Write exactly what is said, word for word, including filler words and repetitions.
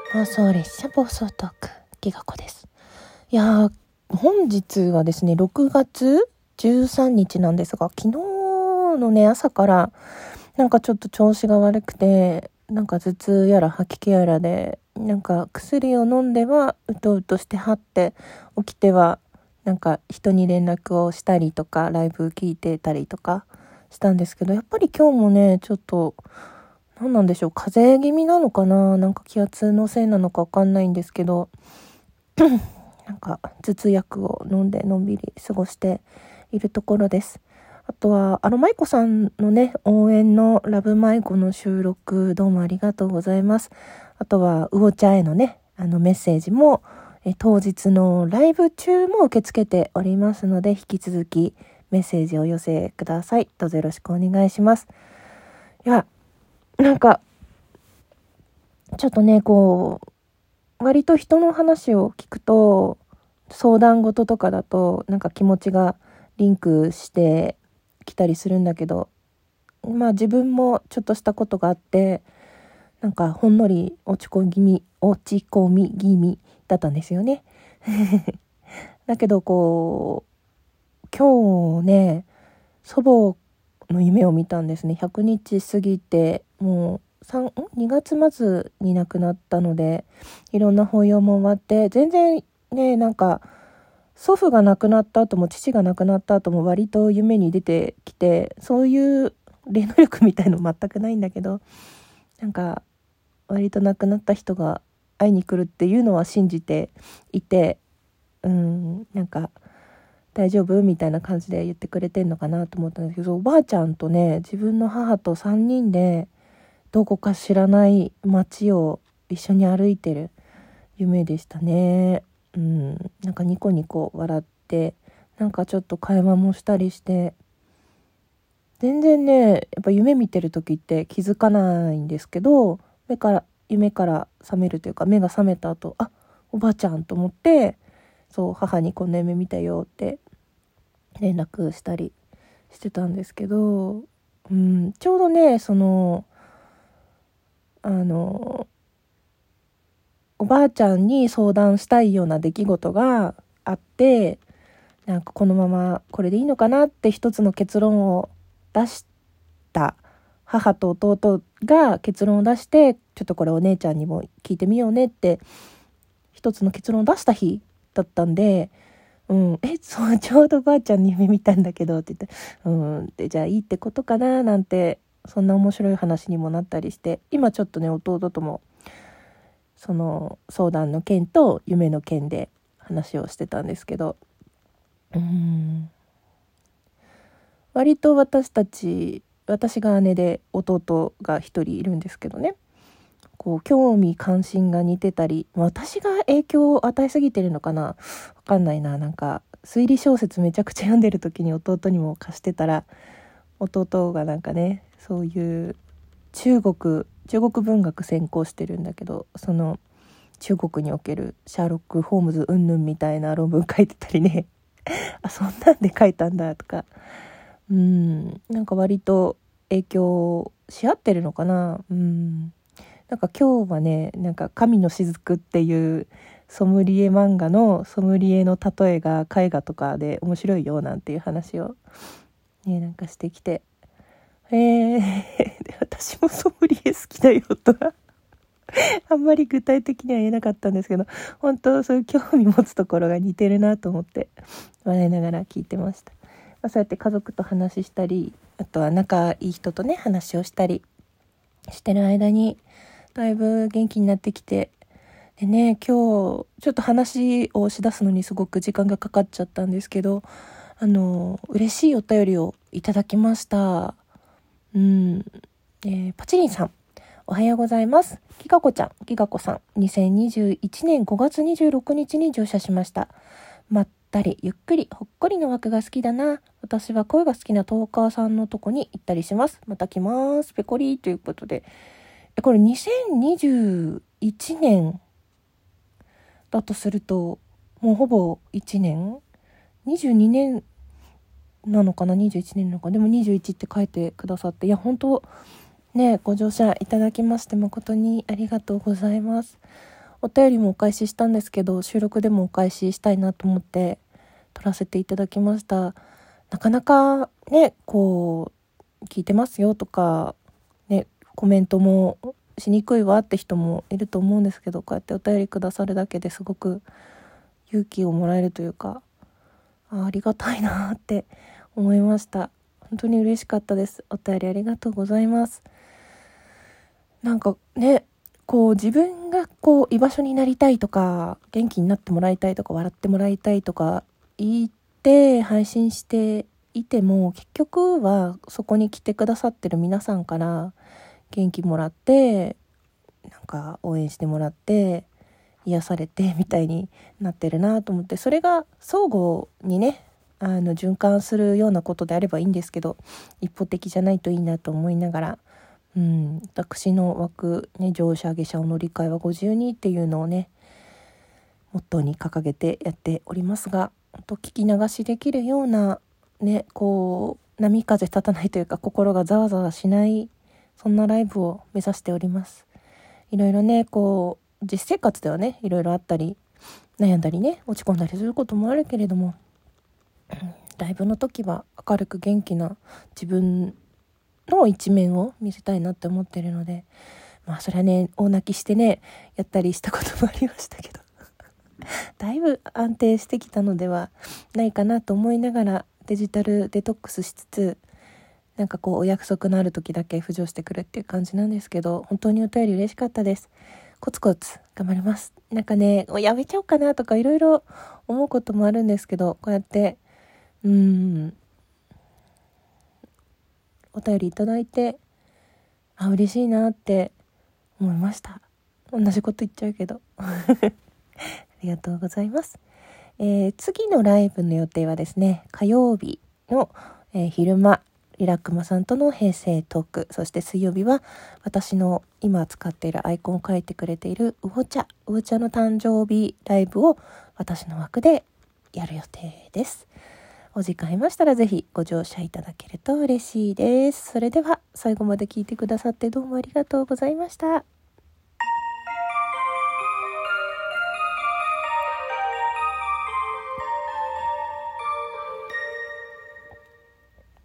暴走列車暴走トークギガ子です。いやー本日はですねろくがつじゅうさんにちなんですが、昨日のね朝からなんかちょっと調子が悪くて、なんか頭痛やら吐き気やらで、なんか薬を飲んではうとうとしてはって、起きてはなんか人に連絡をしたりとかライブ聞いてたりとかしたんですけど、やっぱり今日もねちょっと何なんでしょう、風邪気味なのかな、なんか気圧のせいなのかわかんないんですけどなんか頭痛薬を飲んでのんびり過ごしているところです。あとはアロマイコさんのね応援のラブマイコの収録、どうもありがとうございます。あとはウオチャへのねあのメッセージもえ当日のライブ中も受け付けておりますので、引き続きメッセージをお寄せください。どうぞよろしくお願いします。いやなんかちょっとねこう割と人の話を聞くと、相談事とかだとなんか気持ちがリンクしてきたりするんだけど、まあ自分もちょっとしたことがあって、なんかほんのり落ち込み気味落ち込み気味だったんですよねだけどこう今日ね祖母の夢を見たんですね。ひゃくにち過ぎてもうにがつ末に亡くなったので、いろんな法要も終わって、全然ねなんか祖父が亡くなった後も父が亡くなった後も割と夢に出てきて、そういう霊能力みたいの全くないんだけど、なんか割と亡くなった人が会いに来るっていうのは信じていて、うんなんか大丈夫みたいな感じで言ってくれてんのかなと思ったんですけど、おばあちゃんとね自分の母とさんにんでどこか知らない街を一緒に歩いてる夢でしたね。うん、なんかニコニコ笑って、なんかちょっと会話もしたりして、全然ねやっぱ夢見てる時って気づかないんですけど、目から夢から覚めるというか、目が覚めた後、あおばあちゃんと思って、そう母にこんな夢見たよって連絡したりしてたんですけど、うん、ちょうどねそのあのおばあちゃんに相談したいような出来事があって、なんかこのままこれでいいのかなって一つの結論を出した母と弟が結論を出して、ちょっとこれお姉ちゃんにも聞いてみようねって一つの結論を出した日だったんで、うん、えそうちょうどばあちゃんに夢見たんだけどって言って、うんでじゃあいいってことかななんて、そんな面白い話にもなったりして、今ちょっとね弟ともその相談の件と夢の件で話をしてたんですけど、うーん割と私たち私が姉で弟が一人いるんですけどね、こう興味関心が似てたり、私が影響を与えすぎてるのかな、わかんないな。なんか推理小説めちゃくちゃ読んでる時に弟にも貸してたら、弟がなんかねそういう中国中国文学専攻してるんだけど、その中国におけるシャーロック・ホームズ云々みたいな論文書いてたりねあそんなんで書いたんだとか、うんなんか割と影響し合ってるのかな。うんなんか今日はねなんか神の雫っていうソムリエ漫画のソムリエの例えが絵画とかで面白いよなんていう話をねなんかしてきて、えー、私もソムリエ好きだよとはあんまり具体的には言えなかったんですけど、本当そういう興味持つところが似てるなと思って笑いながら聞いてました。まあ、そうやって家族と話したり、あとは仲いい人とね話をしたりしてる間にだいぶ元気になってきて、でね今日ちょっと話をしだすのにすごく時間がかかっちゃったんですけど、あの嬉しいお便りをいただきました。うん、えー、パチリンさんおはようございます。ギガ子ちゃん、ギガ子さん、にせんにじゅういちねんごがつにじゅうろくにちに乗車しました。まったり、ゆっくり、ほっこりの枠が好きだな。私は声が好きなトーカーさんのとこに行ったりします。また来ます。ペコリーということで。え、これにせんにじゅういちねんだとすると、もうほぼいちねん ?にじゅうに 年なのかな ?にじゅういち 年なのか。でもにじゅういちって書いてくださって、いや、本当ねご乗車いただきまして誠にありがとうございます。 お便りもお返ししたんですけど、収録でもお返ししたいなと思って撮らせていただきました。なかなかね、こう聞いてますよとかね、コメントもしにくいわって人もいると思うんですけど、こうやってお便りくださるだけですごく勇気をもらえるというか、 あ, ありがたいなって思いました。本当に嬉しかったです。お便りありがとうございます。なんかね、こう自分がこう居場所になりたいとか、元気になってもらいたいとか、笑ってもらいたいとか言って配信していても、結局はそこに来てくださってる皆さんから元気もらって、なんか応援してもらって癒されてみたいになってるなと思って、それが相互にね、あの循環するようなことであればいいんですけど、一方的じゃないといいなと思いながら、うん、私の枠、ね、乗車下車を乗り換えはご自由にっていうのをね、モットーに掲げてやっておりますが、本当聞き流しできるようなね、こう波風立たないというか、心がざわざわしない、そんなライブを目指しております。いろいろね、こう実生活ではね、いろいろあったり悩んだりね、落ち込んだりすることもあるけれども、ライブの時は明るく元気な自分の一面を見せたいなって思ってるので、まあそれはね、大泣きしてねやったりしたこともありましたけどだいぶ安定してきたのではないかなと思いながら、デジタルデトックスしつつ、なんかこうお約束のある時だけ浮上してくるっていう感じなんですけど、本当にお便り嬉しかったです。コツコツ頑張ります。なんかね、もうやめちゃおうかなとかいろいろ思うこともあるんですけど、こうやってうーんお便りいただいて、あ、嬉しいなって思いました。同じこと言っちゃうけどありがとうございます。えー、次のライブの予定はですね、火曜日の、えー、昼間、リラックマさんとの平成トーク、そして水曜日は私の今使っているアイコンを書いてくれているうおちゃうおちゃの誕生日ライブを私の枠でやる予定です。お時間ありましたらぜひご乗車いただけると嬉しいです。それでは最後まで聞いてくださってどうもありがとうございました。